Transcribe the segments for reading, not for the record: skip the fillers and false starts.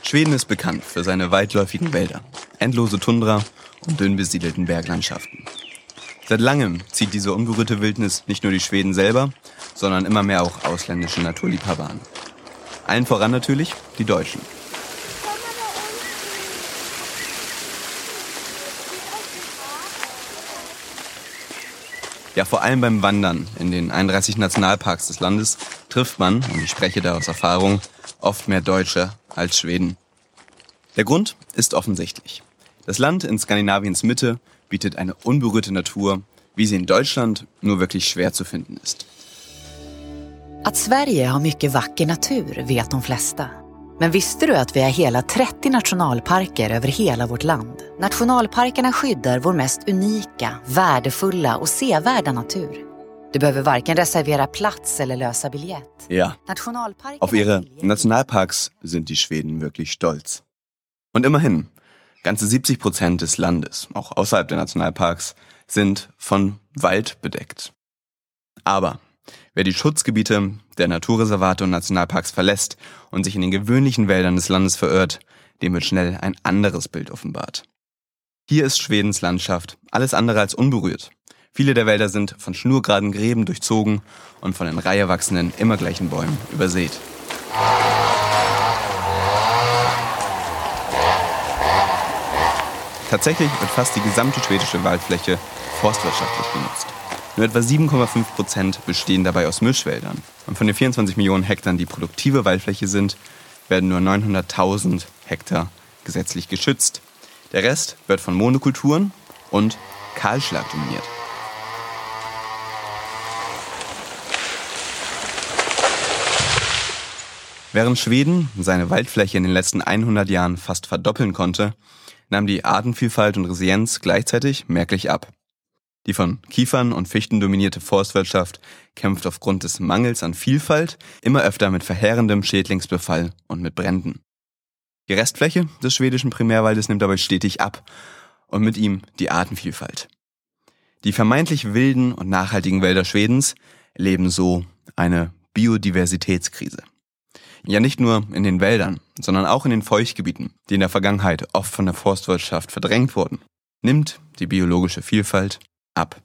Schweden ist bekannt für seine weitläufigen Wälder, endlose Tundra und dünn besiedelten Berglandschaften. Seit langem zieht diese unberührte Wildnis nicht nur die Schweden selber, sondern immer mehr auch ausländische Naturliebhaber an. Allen voran natürlich die Deutschen. Ja, vor allem beim Wandern in den 31 Nationalparks des Landes trifft man, und ich spreche da aus Erfahrung, oft mehr Deutsche als Schweden. Der Grund ist offensichtlich. Das Land in Skandinaviens Mitte bietet eine unberührte Natur, wie sie in Deutschland nur wirklich schwer zu finden ist. Att Sverige har mycket vacker natur vet de flesta. Men visste du att vi har hela 30 nationalparker över hela vårt land? Nationalparkerna skyddar vår mest unika, värdefulla och sevärda natur. Du behöver varken reservera plats eller lösa biljett. Ja, auf ihre Nationalparks sind die Schweden wirklich stolz. Und immerhin, ganze 70% des Landes, auch außerhalb der Nationalparks, sind von Wald bedeckt. Aber wer die Schutzgebiete der Naturreservate und Nationalparks verlässt und sich in den gewöhnlichen Wäldern des Landes verirrt, dem wird schnell ein anderes Bild offenbart. Hier ist Schwedens Landschaft alles andere als unberührt. Viele der Wälder sind von schnurgeraden Gräben durchzogen und von in Reihe wachsenden, immer gleichen Bäumen übersät. Tatsächlich wird fast die gesamte schwedische Waldfläche forstwirtschaftlich genutzt. Nur etwa 7,5% bestehen dabei aus Mischwäldern. Und von den 24 Millionen Hektar, die produktive Waldfläche sind, werden nur 900.000 Hektar gesetzlich geschützt. Der Rest wird von Monokulturen und Kahlschlag dominiert. Während Schweden seine Waldfläche in den letzten 100 Jahren fast verdoppeln konnte, nahm die Artenvielfalt und Resilienz gleichzeitig merklich ab. Die von Kiefern und Fichten dominierte Forstwirtschaft kämpft aufgrund des Mangels an Vielfalt immer öfter mit verheerendem Schädlingsbefall und mit Bränden. Die Restfläche des schwedischen Primärwaldes nimmt dabei stetig ab und mit ihm die Artenvielfalt. Die vermeintlich wilden und nachhaltigen Wälder Schwedens erleben so eine Biodiversitätskrise. Ja, nicht nur in den Wäldern, sondern auch in den Feuchtgebieten, die in der Vergangenheit oft von der Forstwirtschaft verdrängt wurden, nimmt die biologische Vielfalt ab.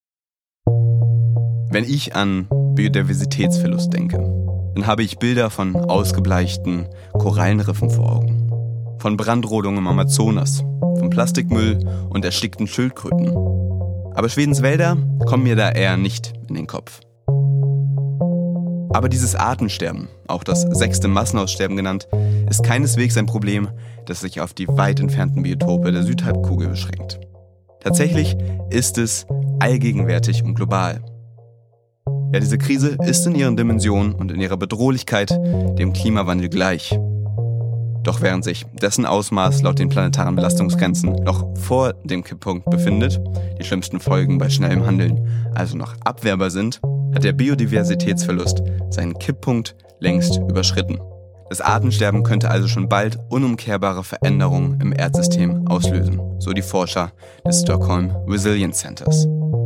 Wenn ich an Biodiversitätsverlust denke, dann habe ich Bilder von ausgebleichten Korallenriffen vor Augen, von Brandrodung im Amazonas, von Plastikmüll und erstickten Schildkröten. Aber Schwedens Wälder kommen mir da eher nicht in den Kopf. Aber dieses Artensterben, auch das 6. Massenaussterben genannt, ist keineswegs ein Problem, das sich auf die weit entfernten Biotope der Südhalbkugel beschränkt. Tatsächlich ist es allgegenwärtig und global. Ja, diese Krise ist in ihren Dimensionen und in ihrer Bedrohlichkeit dem Klimawandel gleich. Doch während sich dessen Ausmaß laut den planetaren Belastungsgrenzen noch vor dem Kipppunkt befindet, die schlimmsten Folgen bei schnellem Handeln also noch abwehrbar sind, hat der Biodiversitätsverlust seinen Kipppunkt längst überschritten. Das Artensterben könnte also schon bald unumkehrbare Veränderungen im Erdsystem auslösen, so die Forscher des Stockholm Resilience Centers.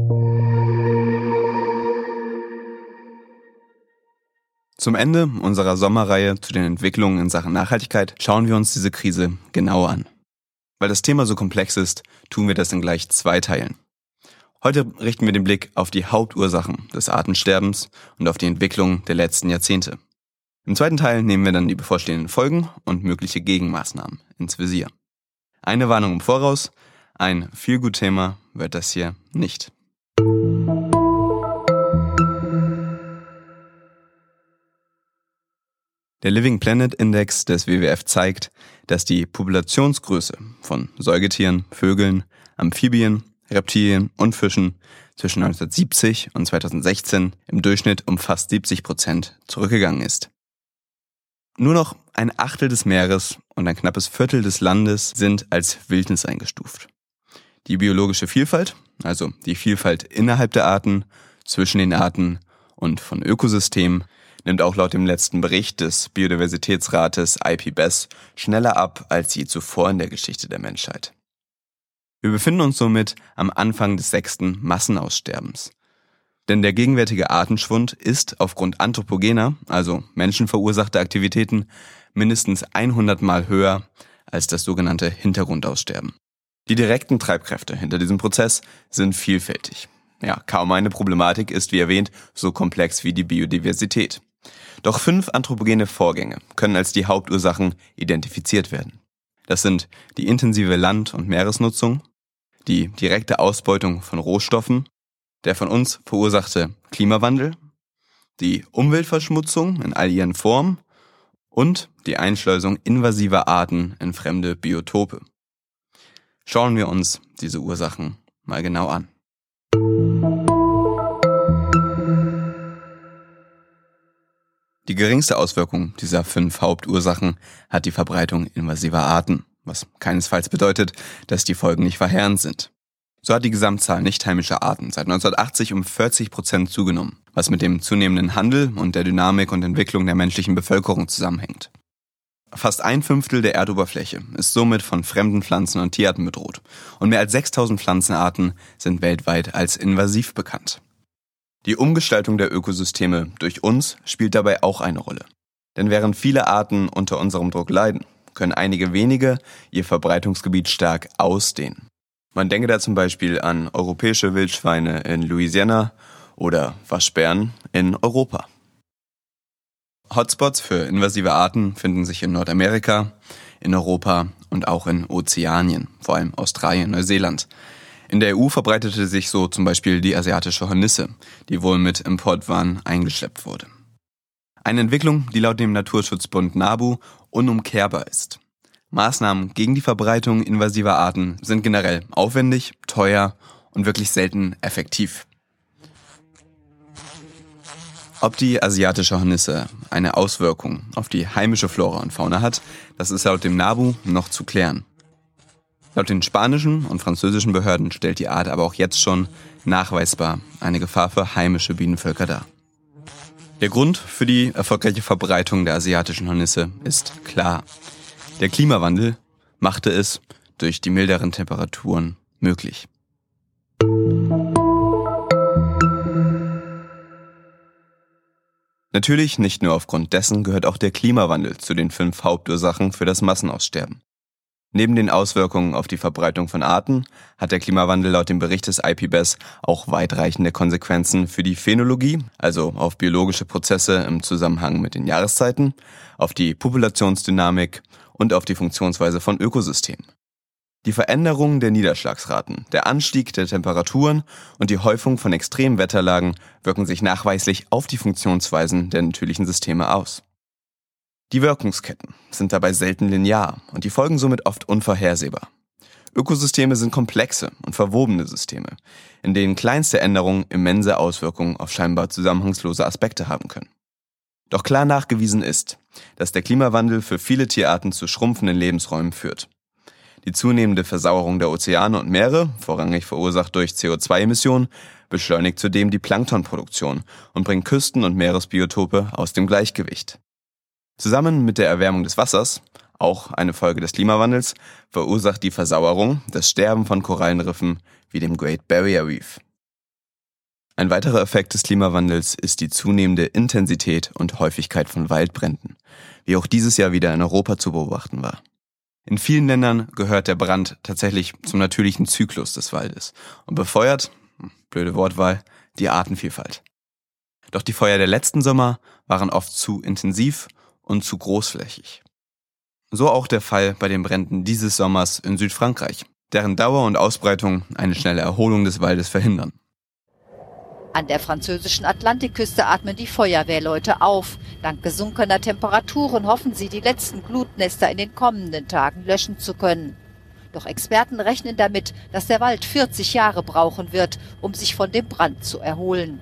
Zum Ende unserer Sommerreihe zu den Entwicklungen in Sachen Nachhaltigkeit schauen wir uns diese Krise genau an. Weil das Thema so komplex ist, tun wir das in gleich 2 Teilen. Heute richten wir den Blick auf die Hauptursachen des Artensterbens und auf die Entwicklung der letzten Jahrzehnte. Im 2. Teil nehmen wir dann die bevorstehenden Folgen und mögliche Gegenmaßnahmen ins Visier. Eine Warnung im Voraus, ein Feel-Good-Thema wird das hier nicht. Der Living Planet Index des WWF zeigt, dass die Populationsgröße von Säugetieren, Vögeln, Amphibien, Reptilien und Fischen zwischen 1970 und 2016 im Durchschnitt um fast 70% zurückgegangen ist. Nur noch 1/8 des Meeres und ein knappes Viertel des Landes sind als Wildnis eingestuft. Die biologische Vielfalt, also die Vielfalt innerhalb der Arten, zwischen den Arten und von Ökosystemen, nimmt auch laut dem letzten Bericht des Biodiversitätsrates IPBES schneller ab als je zuvor in der Geschichte der Menschheit. Wir befinden uns somit am Anfang des 6. Massenaussterbens. Denn der gegenwärtige Artenschwund ist aufgrund anthropogener, also menschenverursachter Aktivitäten, mindestens 100 Mal höher als das sogenannte Hintergrundaussterben. Die direkten Treibkräfte hinter diesem Prozess sind vielfältig. Ja, kaum eine Problematik ist, wie erwähnt, so komplex wie die Biodiversität. Doch 5 anthropogene Vorgänge können als die Hauptursachen identifiziert werden. Das sind die intensive Land- und Meeresnutzung, die direkte Ausbeutung von Rohstoffen, der von uns verursachte Klimawandel, die Umweltverschmutzung in all ihren Formen und die Einschleusung invasiver Arten in fremde Biotope. Schauen wir uns diese Ursachen mal genau an. Die geringste Auswirkung dieser 5 Hauptursachen hat die Verbreitung invasiver Arten, was keinesfalls bedeutet, dass die Folgen nicht verheerend sind. So hat die Gesamtzahl nicht heimischer Arten seit 1980 um 40% zugenommen, was mit dem zunehmenden Handel und der Dynamik und Entwicklung der menschlichen Bevölkerung zusammenhängt. Fast 1/5 der Erdoberfläche ist somit von fremden Pflanzen und Tierarten bedroht und mehr als 6000 Pflanzenarten sind weltweit als invasiv bekannt. Die Umgestaltung der Ökosysteme durch uns spielt dabei auch eine Rolle. Denn während viele Arten unter unserem Druck leiden, können einige wenige ihr Verbreitungsgebiet stark ausdehnen. Man denke da zum Beispiel an europäische Wildschweine in Louisiana oder Waschbären in Europa. Hotspots für invasive Arten finden sich in Nordamerika, in Europa und auch in Ozeanien, vor allem Australien, Neuseeland. In der EU verbreitete sich so zum Beispiel die asiatische Hornisse, die wohl mit Importwaren eingeschleppt wurde. Eine Entwicklung, die laut dem Naturschutzbund NABU unumkehrbar ist. Maßnahmen gegen die Verbreitung invasiver Arten sind generell aufwendig, teuer und wirklich selten effektiv. Ob die asiatische Hornisse eine Auswirkung auf die heimische Flora und Fauna hat, das ist laut dem NABU noch zu klären. Laut den spanischen und französischen Behörden stellt die Art aber auch jetzt schon nachweisbar eine Gefahr für heimische Bienenvölker dar. Der Grund für die erfolgreiche Verbreitung der asiatischen Hornisse ist klar. Der Klimawandel machte es durch die milderen Temperaturen möglich. Natürlich nicht nur aufgrund dessen gehört auch der Klimawandel zu den 5 Hauptursachen für das Massenaussterben. Neben den Auswirkungen auf die Verbreitung von Arten hat der Klimawandel laut dem Bericht des IPBES auch weitreichende Konsequenzen für die Phänologie, also auf biologische Prozesse im Zusammenhang mit den Jahreszeiten, auf die Populationsdynamik und auf die Funktionsweise von Ökosystemen. Die Veränderung der Niederschlagsraten, der Anstieg der Temperaturen und die Häufung von extremen Wetterlagen wirken sich nachweislich auf die Funktionsweisen der natürlichen Systeme aus. Die Wirkungsketten sind dabei selten linear und die Folgen somit oft unvorhersehbar. Ökosysteme sind komplexe und verwobene Systeme, in denen kleinste Änderungen immense Auswirkungen auf scheinbar zusammenhangslose Aspekte haben können. Doch klar nachgewiesen ist, dass der Klimawandel für viele Tierarten zu schrumpfenden Lebensräumen führt. Die zunehmende Versauerung der Ozeane und Meere, vorrangig verursacht durch CO2-Emissionen, beschleunigt zudem die Planktonproduktion und bringt Küsten- und Meeresbiotope aus dem Gleichgewicht. Zusammen mit der Erwärmung des Wassers, auch eine Folge des Klimawandels, verursacht die Versauerung das Sterben von Korallenriffen wie dem Great Barrier Reef. Ein weiterer Effekt des Klimawandels ist die zunehmende Intensität und Häufigkeit von Waldbränden, wie auch dieses Jahr wieder in Europa zu beobachten war. In vielen Ländern gehört der Brand tatsächlich zum natürlichen Zyklus des Waldes und befeuert, blöde Wortwahl, die Artenvielfalt. Doch die Feuer der letzten Sommer waren oft zu intensiv und zu großflächig. So auch der Fall bei den Bränden dieses Sommers in Südfrankreich, deren Dauer und Ausbreitung eine schnelle Erholung des Waldes verhindern. An der französischen Atlantikküste atmen die Feuerwehrleute auf. Dank gesunkener Temperaturen hoffen sie, die letzten Glutnester in den kommenden Tagen löschen zu können. Doch Experten rechnen damit, dass der Wald 40 Jahre brauchen wird, um sich von dem Brand zu erholen.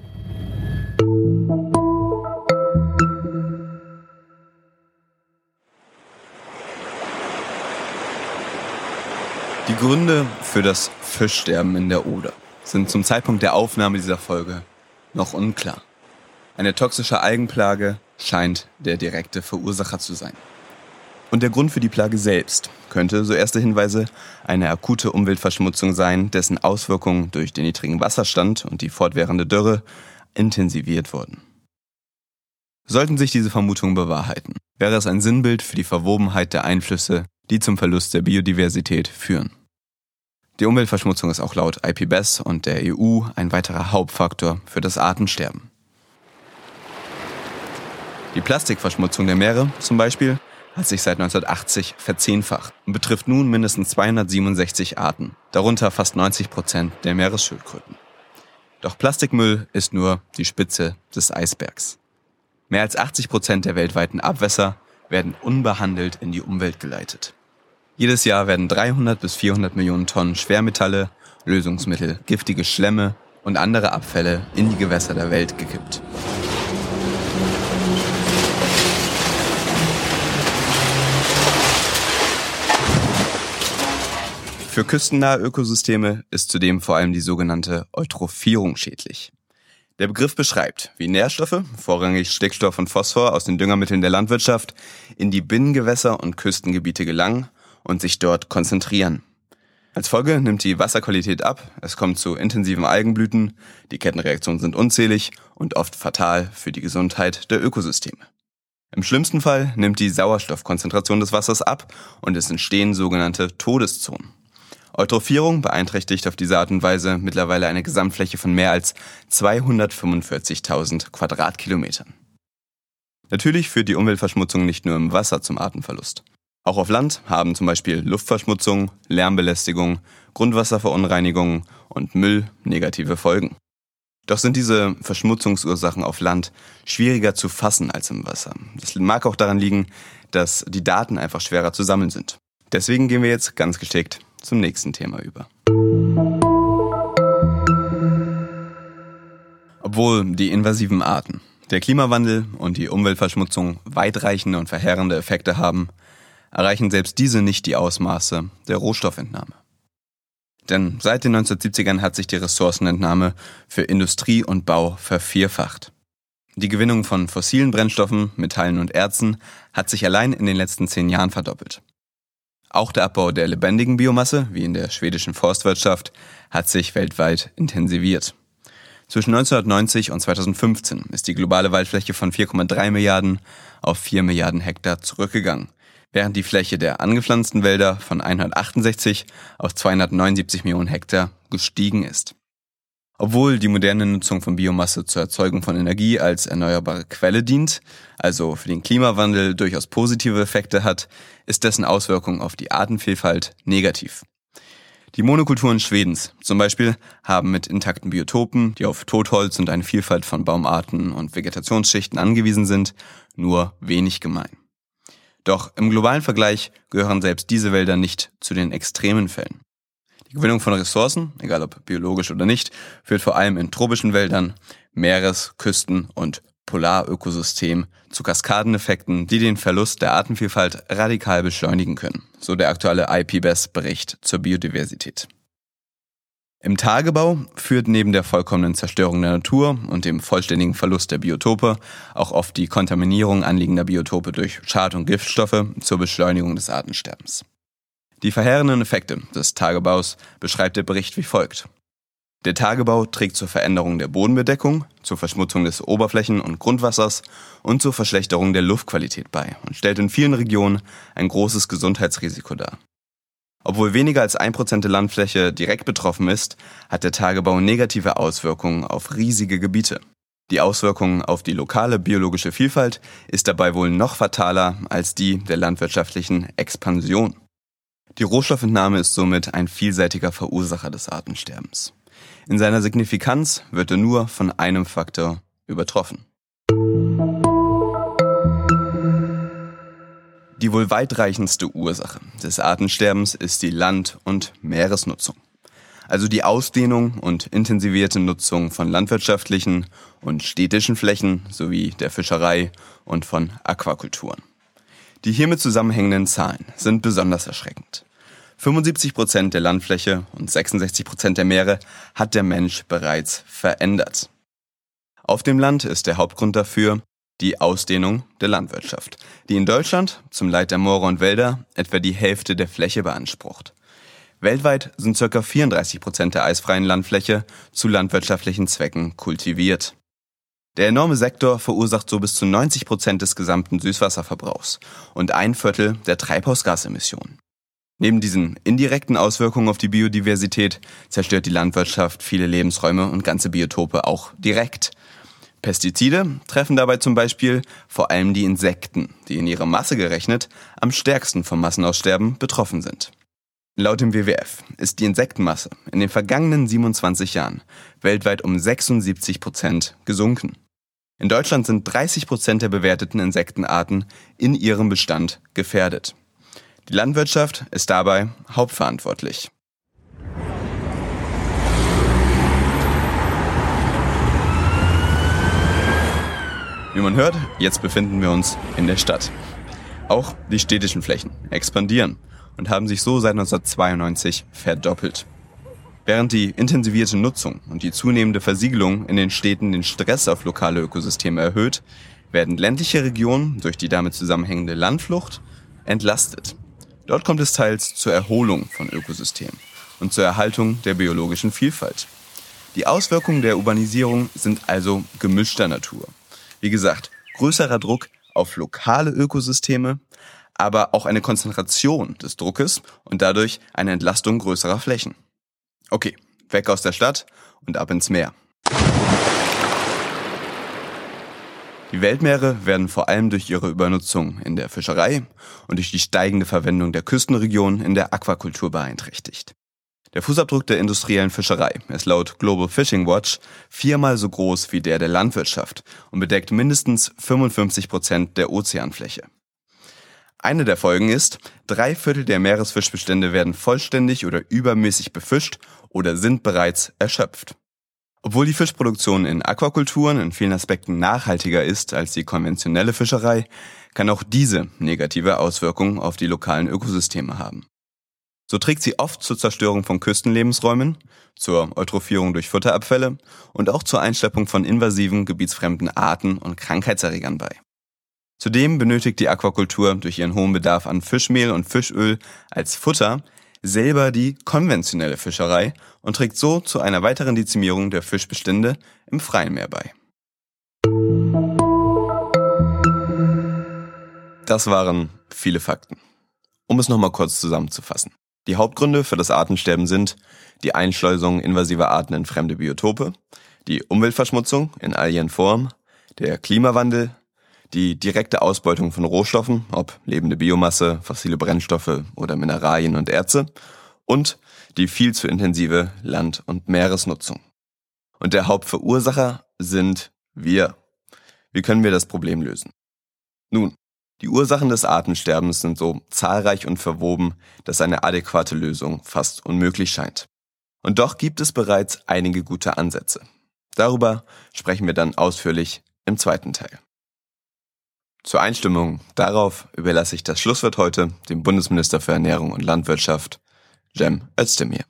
Die Gründe für das Fischsterben in der Oder sind zum Zeitpunkt der Aufnahme dieser Folge noch unklar. Eine toxische Algenplage scheint der direkte Verursacher zu sein. Und der Grund für die Plage selbst könnte, so erste Hinweise, eine akute Umweltverschmutzung sein, dessen Auswirkungen durch den niedrigen Wasserstand und die fortwährende Dürre intensiviert wurden. Sollten sich diese Vermutungen bewahrheiten, wäre es ein Sinnbild für die Verwobenheit der Einflüsse, die zum Verlust der Biodiversität führen. Die Umweltverschmutzung ist auch laut IPBES und der EU ein weiterer Hauptfaktor für das Artensterben. Die Plastikverschmutzung der Meere zum Beispiel hat sich seit 1980 verzehnfacht und betrifft nun mindestens 267 Arten, darunter fast 90% der Meeresschildkröten. Doch Plastikmüll ist nur die Spitze des Eisbergs. Mehr als 80% der weltweiten Abwässer werden unbehandelt in die Umwelt geleitet. Jedes Jahr werden 300 bis 400 Millionen Tonnen Schwermetalle, Lösungsmittel, giftige Schlemme und andere Abfälle in die Gewässer der Welt gekippt. Für küstennahe Ökosysteme ist zudem vor allem die sogenannte Eutrophierung schädlich. Der Begriff beschreibt, wie Nährstoffe, vorrangig Stickstoff und Phosphor aus den Düngermitteln der Landwirtschaft, in die Binnengewässer und Küstengebiete gelangen und sich dort konzentrieren. Als Folge nimmt die Wasserqualität ab, es kommt zu intensiven Algenblüten, die Kettenreaktionen sind unzählig und oft fatal für die Gesundheit der Ökosysteme. Im schlimmsten Fall nimmt die Sauerstoffkonzentration des Wassers ab und es entstehen sogenannte Todeszonen. Eutrophierung beeinträchtigt auf diese Art und Weise mittlerweile eine Gesamtfläche von mehr als 245.000 Quadratkilometern. Natürlich führt die Umweltverschmutzung nicht nur im Wasser zum Artenverlust. Auch auf Land haben zum Beispiel Luftverschmutzung, Lärmbelästigung, Grundwasserverunreinigungen und Müll negative Folgen. Doch sind diese Verschmutzungsursachen auf Land schwieriger zu fassen als im Wasser. Das mag auch daran liegen, dass die Daten einfach schwerer zu sammeln sind. Deswegen gehen wir jetzt ganz geschickt zum nächsten Thema über. Obwohl die invasiven Arten, der Klimawandel und die Umweltverschmutzung weitreichende und verheerende Effekte haben, erreichen selbst diese nicht die Ausmaße der Rohstoffentnahme. Denn seit den 1970ern hat sich die Ressourcenentnahme für Industrie und Bau vervierfacht. Die Gewinnung von fossilen Brennstoffen, Metallen und Erzen hat sich allein in den letzten 10 Jahren verdoppelt. Auch der Abbau der lebendigen Biomasse, wie in der schwedischen Forstwirtschaft, hat sich weltweit intensiviert. Zwischen 1990 und 2015 ist die globale Waldfläche von 4,3 Milliarden auf 4 Milliarden Hektar zurückgegangen, während die Fläche der angepflanzten Wälder von 168 auf 279 Millionen Hektar gestiegen ist. Obwohl die moderne Nutzung von Biomasse zur Erzeugung von Energie als erneuerbare Quelle dient, also für den Klimawandel durchaus positive Effekte hat, ist dessen Auswirkung auf die Artenvielfalt negativ. Die Monokulturen Schwedens zum Beispiel haben mit intakten Biotopen, die auf Totholz und eine Vielfalt von Baumarten und Vegetationsschichten angewiesen sind, nur wenig gemein. Doch im globalen Vergleich gehören selbst diese Wälder nicht zu den extremen Fällen. Die Gewinnung von Ressourcen, egal ob biologisch oder nicht, führt vor allem in tropischen Wäldern, Meeres-, Küsten- und Polarökosystemen zu Kaskadeneffekten, die den Verlust der Artenvielfalt radikal beschleunigen können, so der aktuelle IPBES-Bericht zur Biodiversität. Im Tagebau führt neben der vollkommenen Zerstörung der Natur und dem vollständigen Verlust der Biotope auch oft die Kontaminierung anliegender Biotope durch Schad- und Giftstoffe zur Beschleunigung des Artensterbens. Die verheerenden Effekte des Tagebaus beschreibt der Bericht wie folgt. Der Tagebau trägt zur Veränderung der Bodenbedeckung, zur Verschmutzung des Oberflächen- und Grundwassers und zur Verschlechterung der Luftqualität bei und stellt in vielen Regionen ein großes Gesundheitsrisiko dar. Obwohl weniger als 1% der Landfläche direkt betroffen ist, hat der Tagebau negative Auswirkungen auf riesige Gebiete. Die Auswirkungen auf die lokale biologische Vielfalt ist dabei wohl noch fataler als die der landwirtschaftlichen Expansion. Die Rohstoffentnahme ist somit ein vielseitiger Verursacher des Artensterbens. In seiner Signifikanz wird er nur von einem Faktor übertroffen. Die wohl weitreichendste Ursache des Artensterbens ist die Land- und Meeresnutzung, also die Ausdehnung und intensivierte Nutzung von landwirtschaftlichen und städtischen Flächen sowie der Fischerei und von Aquakulturen. Die hiermit zusammenhängenden Zahlen sind besonders erschreckend. 75% der Landfläche und 66% der Meere hat der Mensch bereits verändert. Auf dem Land ist der Hauptgrund dafür Die Ausdehnung der Landwirtschaft, die in Deutschland zum Leid der Moore und Wälder etwa die Hälfte der Fläche beansprucht. Weltweit sind ca. 34% der eisfreien Landfläche zu landwirtschaftlichen Zwecken kultiviert. Der enorme Sektor verursacht so bis zu 90% des gesamten Süßwasserverbrauchs und 1/4 der Treibhausgasemissionen. Neben diesen indirekten Auswirkungen auf die Biodiversität zerstört die Landwirtschaft viele Lebensräume und ganze Biotope auch direkt. Pestizide treffen dabei zum Beispiel vor allem die Insekten, die in ihrer Masse gerechnet am stärksten vom Massenaussterben betroffen sind. Laut dem WWF ist die Insektenmasse in den vergangenen 27 Jahren weltweit um 76% gesunken. In Deutschland sind 30% der bewerteten Insektenarten in ihrem Bestand gefährdet. Die Landwirtschaft ist dabei hauptverantwortlich. Wie man hört, jetzt befinden wir uns in der Stadt. Auch die städtischen Flächen expandieren und haben sich so seit 1992 verdoppelt. Während die intensivierte Nutzung und die zunehmende Versiegelung in den Städten den Stress auf lokale Ökosysteme erhöht, werden ländliche Regionen durch die damit zusammenhängende Landflucht entlastet. Dort kommt es teils zur Erholung von Ökosystemen und zur Erhaltung der biologischen Vielfalt. Die Auswirkungen der Urbanisierung sind also gemischter Natur. Wie gesagt, größerer Druck auf lokale Ökosysteme, aber auch eine Konzentration des Druckes und dadurch eine Entlastung größerer Flächen. Okay, weg aus der Stadt und ab ins Meer. Die Weltmeere werden vor allem durch ihre Übernutzung in der Fischerei und durch die steigende Verwendung der Küstenregionen in der Aquakultur beeinträchtigt. Der Fußabdruck der industriellen Fischerei ist laut Global Fishing Watch 4-mal so groß wie der Landwirtschaft und bedeckt mindestens 55% der Ozeanfläche. Eine der Folgen ist, 3/4 der Meeresfischbestände werden vollständig oder übermäßig befischt oder sind bereits erschöpft. Obwohl die Fischproduktion in Aquakulturen in vielen Aspekten nachhaltiger ist als die konventionelle Fischerei, kann auch diese negative Auswirkungen auf die lokalen Ökosysteme haben. So trägt sie oft zur Zerstörung von Küstenlebensräumen, zur Eutrophierung durch Futterabfälle und auch zur Einschleppung von invasiven, gebietsfremden Arten und Krankheitserregern bei. Zudem benötigt die Aquakultur durch ihren hohen Bedarf an Fischmehl und Fischöl als Futter selber die konventionelle Fischerei und trägt so zu einer weiteren Dezimierung der Fischbestände im freien Meer bei. Das waren viele Fakten. Um es nochmal kurz zusammenzufassen. Die Hauptgründe für das Artensterben sind die Einschleusung invasiver Arten in fremde Biotope, die Umweltverschmutzung in all ihren Formen, der Klimawandel, die direkte Ausbeutung von Rohstoffen, ob lebende Biomasse, fossile Brennstoffe oder Mineralien und Erze, und die viel zu intensive Land- und Meeresnutzung. Und der Hauptverursacher sind wir. Wie können wir das Problem lösen? Nun, die Ursachen des Artensterbens sind so zahlreich und verwoben, dass eine adäquate Lösung fast unmöglich scheint. Und doch gibt es bereits einige gute Ansätze. Darüber sprechen wir dann ausführlich im zweiten Teil. Zur Einstimmung darauf überlasse ich das Schlusswort heute dem Bundesminister für Ernährung und Landwirtschaft, Cem Özdemir.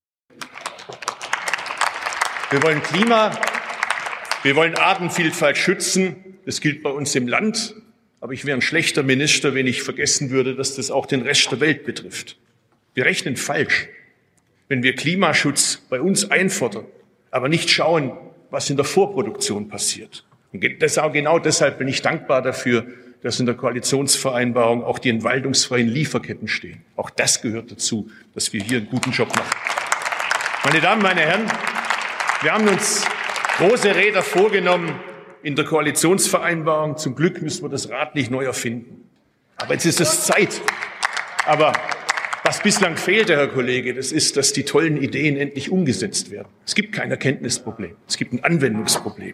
Wir wollen Klima, wir wollen Artenvielfalt schützen. Das gilt bei uns im Land. Aber ich wäre ein schlechter Minister, wenn ich vergessen würde, dass das auch den Rest der Welt betrifft. Wir rechnen falsch, wenn wir Klimaschutz bei uns einfordern, aber nicht schauen, was in der Vorproduktion passiert. Und genau deshalb bin ich dankbar dafür, dass in der Koalitionsvereinbarung auch die entwaldungsfreien Lieferketten stehen. Auch das gehört dazu, dass wir hier einen guten Job machen. Meine Damen, meine Herren, wir haben uns große Räder vorgenommen in der Koalitionsvereinbarung. Zum Glück müssen wir das Rad nicht neu erfinden. Aber jetzt ist es Zeit. Aber was bislang fehlte, Herr Kollege, das ist, dass die tollen Ideen endlich umgesetzt werden. Es gibt kein Erkenntnisproblem. Es gibt ein Anwendungsproblem.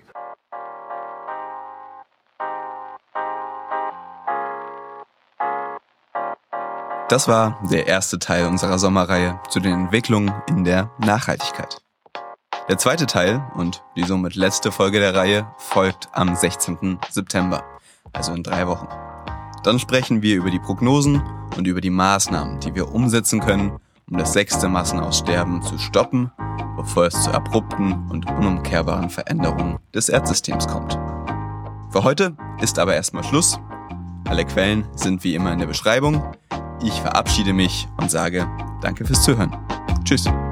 Das war der erste Teil unserer Sommerreihe zu den Entwicklungen in der Nachhaltigkeit. Der zweite Teil und die somit letzte Folge der Reihe folgt am 16. September, also in 3 Wochen. Dann sprechen wir über die Prognosen und über die Maßnahmen, die wir umsetzen können, um das 6. Massenaussterben zu stoppen, bevor es zu abrupten und unumkehrbaren Veränderungen des Erdsystems kommt. Für heute ist aber erstmal Schluss. Alle Quellen sind wie immer in der Beschreibung. Ich verabschiede mich und sage danke fürs Zuhören. Tschüss.